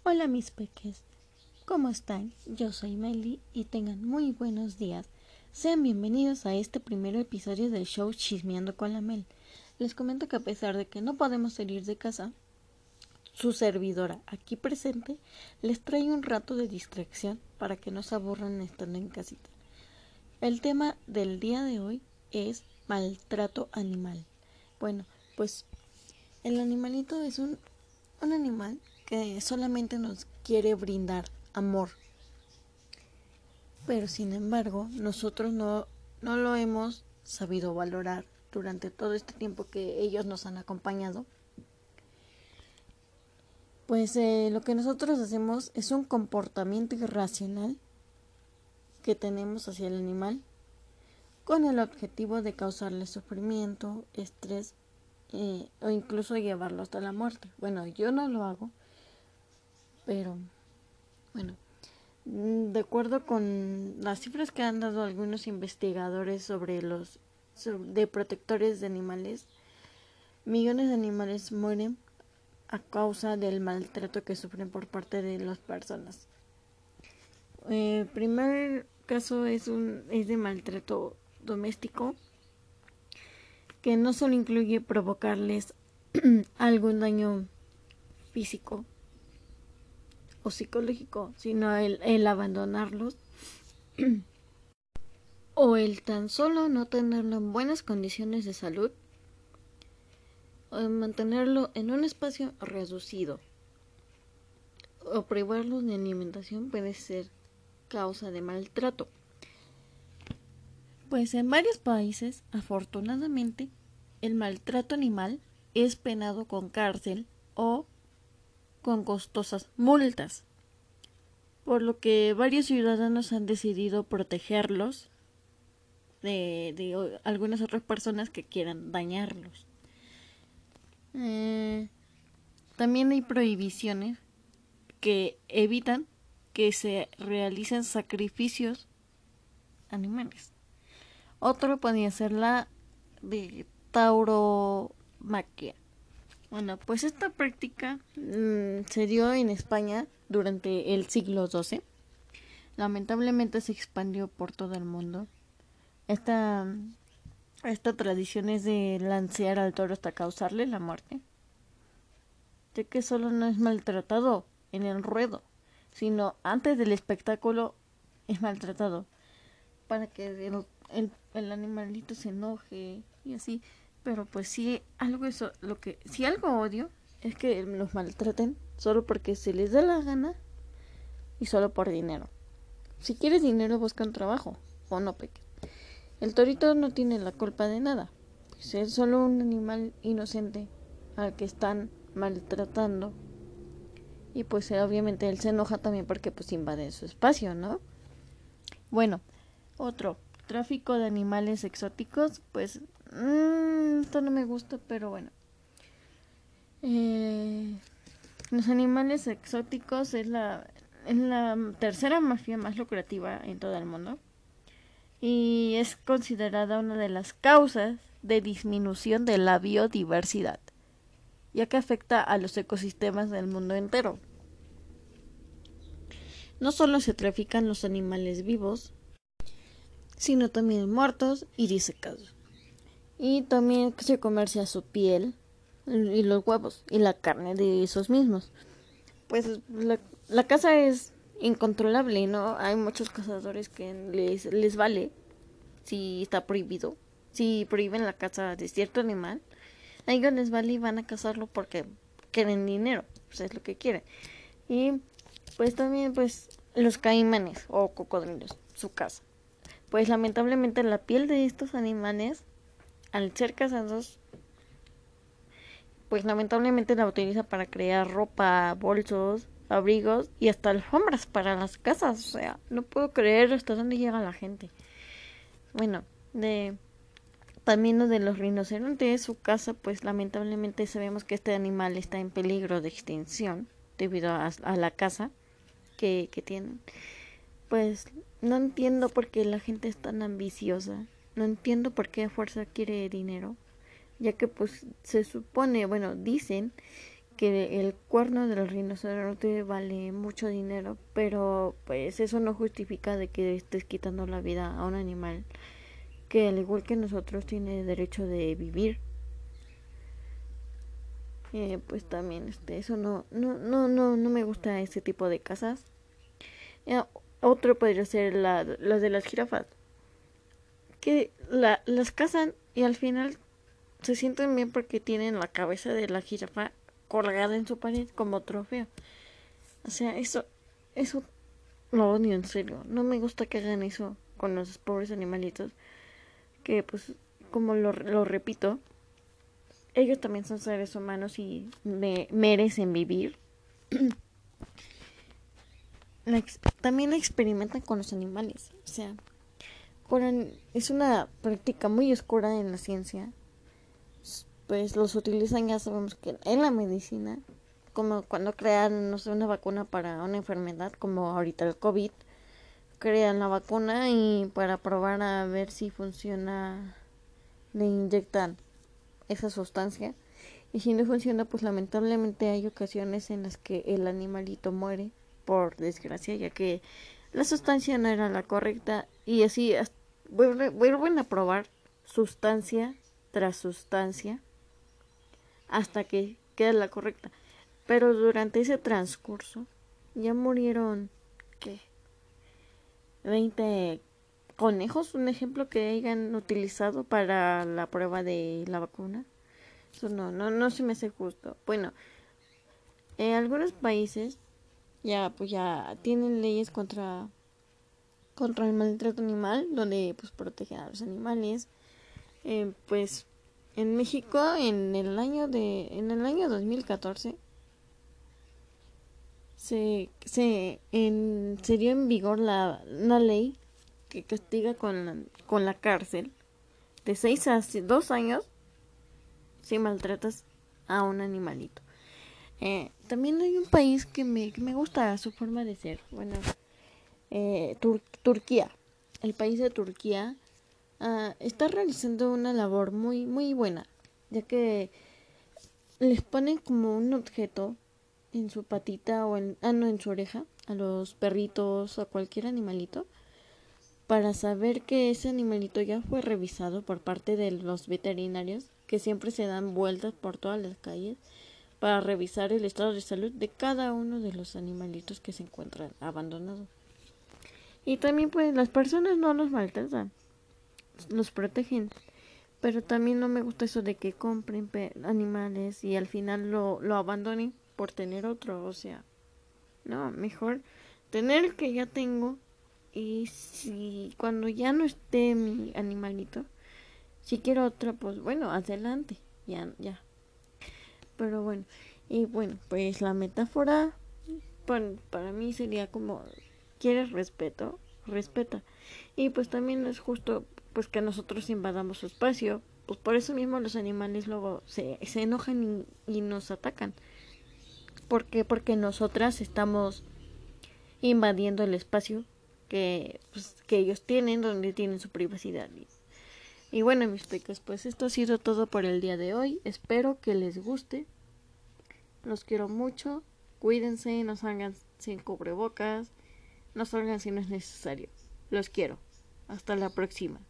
Hola mis peques, ¿cómo están? Yo soy Meli y tengan muy buenos días. Sean bienvenidos a este primer episodio del show Chismeando con la Mel. Les comento que a pesar de que no podemos salir de casa, su servidora aquí presente les trae un rato de distracción para que no se aburran estando en casita. El tema del día de hoy es maltrato animal. Bueno, pues el animalito es un animal que solamente nos quiere brindar amor, pero sin embargo nosotros no lo hemos sabido valorar durante todo este tiempo que ellos nos han acompañado. Pues lo que nosotros hacemos es un comportamiento irracional que tenemos hacia el animal con el objetivo de causarle sufrimiento, estrés o incluso llevarlo hasta la muerte. Bueno, yo no lo hago, pero bueno, de acuerdo con las cifras que han dado algunos investigadores sobre de protectores de animales, millones de animales mueren a causa del maltrato que sufren por parte de las personas. El primer caso es de maltrato doméstico, que no solo incluye provocarles algún daño físico o psicológico, sino el abandonarlos o el tan solo no tenerlo en buenas condiciones de salud o mantenerlo en un espacio reducido o privarlos de alimentación puede ser causa de maltrato. Pues en varios países, afortunadamente, el maltrato animal es penado con cárcel o con costosas multas, por lo que varios ciudadanos han decidido protegerlos de algunas otras personas que quieran dañarlos. También hay prohibiciones que evitan que se realicen sacrificios animales. Otro podría ser la de tauromaquia. Bueno, pues esta práctica se dio en España durante el siglo XII. Lamentablemente se expandió por todo el mundo. Esta tradición es de lancear al toro hasta causarle la muerte, ya que solo no es maltratado en el ruedo, sino antes del espectáculo es maltratado para que el animalito se enoje y así. Pero pues sí, si algo odio es que los maltraten solo porque se les da la gana y solo por dinero. Si quieres dinero, busca un trabajo o no peques. El torito no tiene la culpa de nada, pues es solo un animal inocente al que están maltratando. Y pues obviamente él se enoja también porque pues invaden su espacio, ¿no? Bueno, otro, tráfico de animales exóticos, pues esto no me gusta, pero bueno. Los animales exóticos es la tercera mafia más lucrativa en todo el mundo y es considerada una de las causas de disminución de la biodiversidad, ya que afecta a los ecosistemas del mundo entero. No solo se trafican los animales vivos, sino también muertos y disecados. Y también se comercia su piel y los huevos y la carne de esos mismos. Pues la caza es incontrolable, ¿no? Hay muchos cazadores que les vale si está prohibido. Si prohíben la caza de cierto animal, a ellos les vale y van a cazarlo porque quieren dinero, pues es lo que quieren. Y pues también pues los caimanes o cocodrilos, su caza. Pues lamentablemente la piel de estos animales, al ser cazados, pues lamentablemente la utiliza para crear ropa, bolsos, abrigos y hasta alfombras para las casas. O sea, no puedo creer hasta dónde llega la gente. Bueno, también lo de los rinocerontes, su casa, pues lamentablemente sabemos que este animal está en peligro de extinción debido a la caza que tienen. Pues no entiendo por qué la gente es tan ambiciosa. No entiendo por qué a fuerza quiere dinero, ya que pues se supone, bueno, dicen que el cuerno del rinoceronte vale mucho dinero, pero pues eso no justifica de que estés quitando la vida a un animal que al igual que nosotros tiene derecho de vivir. Pues también eso no me gusta ese tipo de casas. Eh, Otro podría ser las de las jirafas, que las cazan y al final se sienten bien porque tienen la cabeza de la jirafa colgada en su pared como trofeo. O sea, eso lo odio en serio. No me gusta que hagan eso con los pobres animalitos. Que pues, como lo repito, ellos también son seres humanos y merecen vivir. También experimentan con los animales. O sea, es una práctica muy oscura en la ciencia. Pues los utilizan, ya sabemos que en la medicina, como cuando crean, no sé, una vacuna para una enfermedad, como ahorita el COVID, crean la vacuna y para probar a ver si funciona, le inyectan esa sustancia. Y si no funciona, pues lamentablemente hay ocasiones en las que el animalito muere, por desgracia, ya que la sustancia no era la correcta y así vuelven a probar sustancia tras sustancia hasta que queda la correcta. Pero durante ese transcurso ya murieron, ¿qué? 20 conejos, un ejemplo que hayan utilizado para la prueba de la vacuna. Eso no se me hace justo. Bueno, en algunos países ya tienen leyes contra el maltrato animal, donde pues protegen a los animales. Pues en México en el año 2014 se dio en vigor una ley que castiga con la cárcel de 6 a 2 años si maltratas a un animalito. También hay un país que me gusta su forma de ser. Bueno, Turquía. El país de Turquía está realizando una labor muy buena, ya que les ponen como un objeto en su patita o en su oreja a los perritos o a cualquier animalito para saber que ese animalito ya fue revisado por parte de los veterinarios que siempre se dan vueltas por todas las calles para revisar el estado de salud de cada uno de los animalitos que se encuentran abandonados. Y también pues las personas no los maltratan, los protegen. Pero también no me gusta eso de que compren animales y al final lo abandonen por tener otro. O sea, no, mejor tener el que ya tengo y si cuando ya no esté mi animalito, si quiero otro, pues bueno, adelante, ya. Pero bueno, y bueno, pues la metáfora para mí sería como, ¿quieres respeto? Respeta. Y pues también no es justo pues que nosotros invadamos su espacio. Pues por eso mismo los animales luego se enojan y nos atacan. ¿Por qué? Porque nosotras estamos invadiendo el espacio que ellos tienen, donde tienen su privacidad. Y bueno, mis pecas, pues esto ha sido todo por el día de hoy. Espero que les guste. Los quiero mucho. Cuídense, no salgan sin cubrebocas. No salgan si no es necesario. Los quiero. Hasta la próxima.